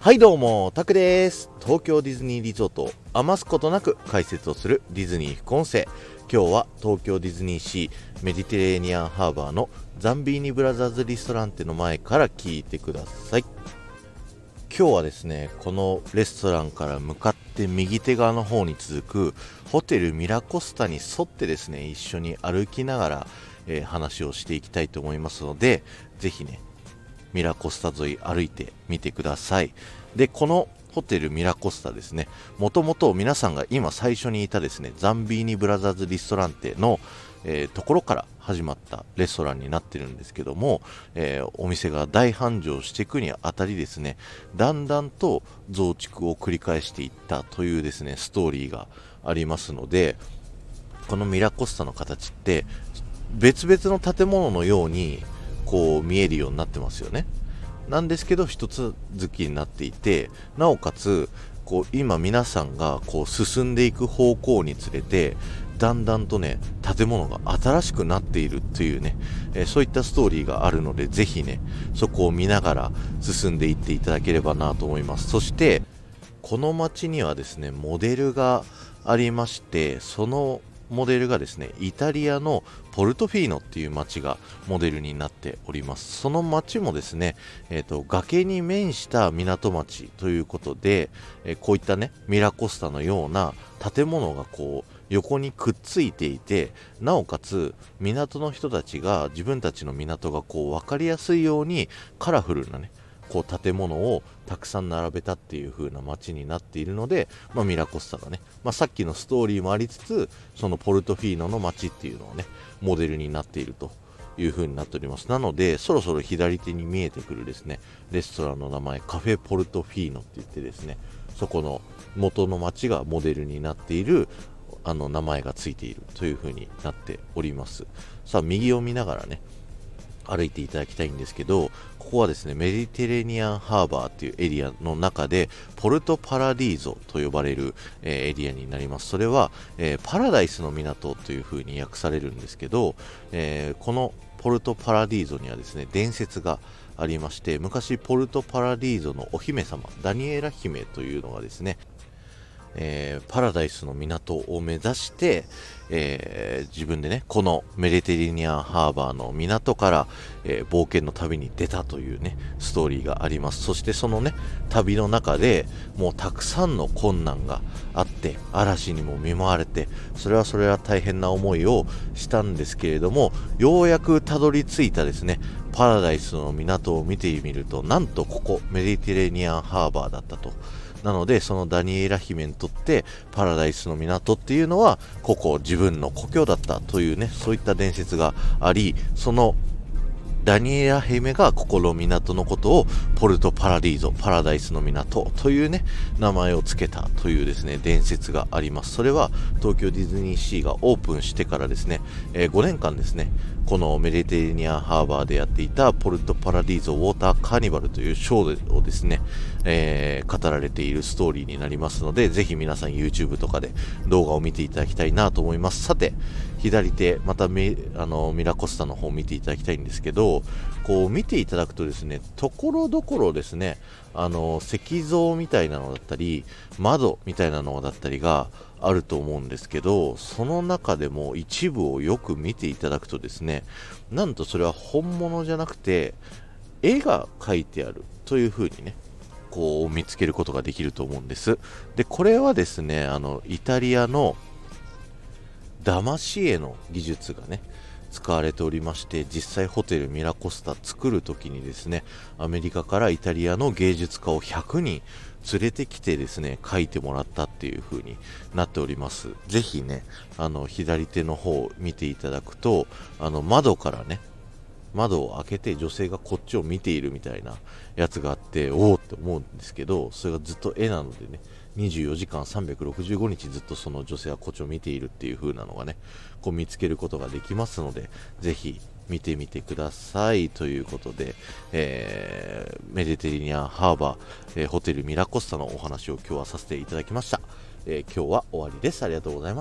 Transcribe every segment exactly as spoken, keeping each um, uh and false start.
はいどうも、タクです。東京ディズニーリゾートを余すことなく解説をするディズニー副音声。今日は東京ディズニーシーメディテレーニアンハーバーのザンビーニブラザーズリストランテの前から聞いてください。今日はですね、このレストランから向かって右手側の方に続くホテルミラコスタに沿ってですね、一緒に歩きながら、えー話をしていきたいと思いますので、ぜひね、ミラコスタ沿い歩いてみてください。で、このホテルミラコスタですね、もともと皆さんが今最初にいたですね、ザンビーニブラザーズリストランテの、えーところから始まったレストランになってるんですけども、えーお店が大繁盛していくにあたりですね、だんだんと増築を繰り返していったというですね、ストーリーがありますので、このミラコスタの形って別々の建物のようにこう見えるようになってますよね。なんですけど一つ月になっていて、なおかつこう今皆さんがこう進んでいく方向につれてだんだんとね建物が新しくなっているというね、えーそういったストーリーがあるので、ぜひねそこを見ながら進んでいっていただければなと思います。そしてこの街にはですねモデルがありまして、そのモデルがですねイタリアのポルトフィーノっていう街がモデルになっております。その街もですね、えーと崖に面した港町ということで、えーこういったねミラコスタのような建物がこう横にくっついていて、なおかつ港の人たちが自分たちの港がこう分かりやすいようにカラフルなねこう建物をたくさん並べたっていう風な街になっているので、まあ、ミラコスタがね、まあ、さっきのストーリーもありつつ、そのポルトフィーノの街っていうのをねモデルになっているという風になっております。なのでそろそろ左手に見えてくるですねレストランの名前、カフェポルトフィーノって言ってですね、そこの元の街がモデルになっているあの名前がついているという風になっております。さあ右を見ながらね歩いていただきたいんですけど、ここはですねメディテレーニアンハーバーっていうエリアの中でポルトパラディーゾと呼ばれる、えーエリアになります。それは、えーパラダイスの港という風に訳されるんですけど、えーこのポルトパラディーゾにはですね伝説がありまして、昔ポルトパラディーゾのお姫様ダニエラ姫というのがですね、えーパラダイスの港を目指して、えー自分でねこのメディテレーニアンハーバーの港から、えー冒険の旅に出たというねストーリーがあります。そしてそのね旅の中でもうたくさんの困難があって、嵐にも見舞われて、それはそれは大変な思いをしたんですけれども、ようやくたどり着いたですねパラダイスの港を見てみると、なんとここメディテレーニアンハーバーだったと。なのでそのダニエラ姫にとってパラダイスの港っていうのはここ自分の故郷だったというね、そういった伝説があり、そのダニエラ姫がここの港のことをポルトパラディーゾ、パラダイスの港というね名前を付けたというですね伝説があります。それは東京ディズニーシーがオープンしてからですね、えーごねんかんですねこのメディテレーニアンハーバーでやっていたポルトパラディーゾウォーターカーニバルというショーをですね、えー語られているストーリーになりますので、ぜひ皆さん YouTube とかで動画を見ていただきたいなと思います。さて左手またミあのミラコスタの方を見ていただきたいんですけど、こう見ていただくとですねところどころですねあの石像みたいなのだったり窓みたいなのだったりがあると思うんですけど、その中でも一部をよく見ていただくとですね、なんとそれは本物じゃなくて絵が描いてあるという風にねこう見つけることができると思うんです。でこれはですねあのイタリアのダマシ絵の技術がね使われておりまして、実際ホテルミラコスタ作るときにですねアメリカからイタリアの芸術家をひゃくにん連れてきてですね描いてもらったっていう風になっております。ぜひねあの左手の方を見ていただくと、あの窓からね窓を開けて女性がこっちを見ているみたいなやつがあって、おおって思うんですけど、それがずっと絵なのでねにじゅうよじかんさんびゃくろくじゅうごにちずっとその女性はこっちを見ているっていう風なのがねこう見つけることができますので、ぜひ見てみてくださいということで、えーメディテレーニアンハーバー、えーホテルミラコスタのお話を今日はさせていただきました。えー今日は終わりです。ありがとうございました。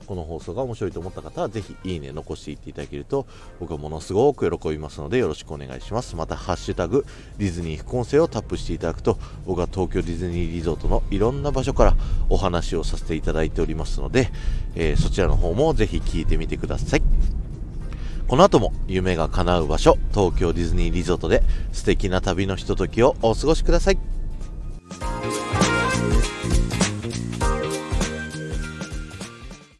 この放送が面白いと思った方はぜひいいね残していっていただけると僕はものすごく喜びますのでよろしくお願いします。またハッシュタグディズニー副音声をタップしていただくと僕は東京ディズニーリゾートのいろんな場所からお話をさせていただいておりますので、えー、そちらの方もぜひ聞いてみてください。この後も夢が叶う場所東京ディズニーリゾートで素敵な旅のひとときをお過ごしください。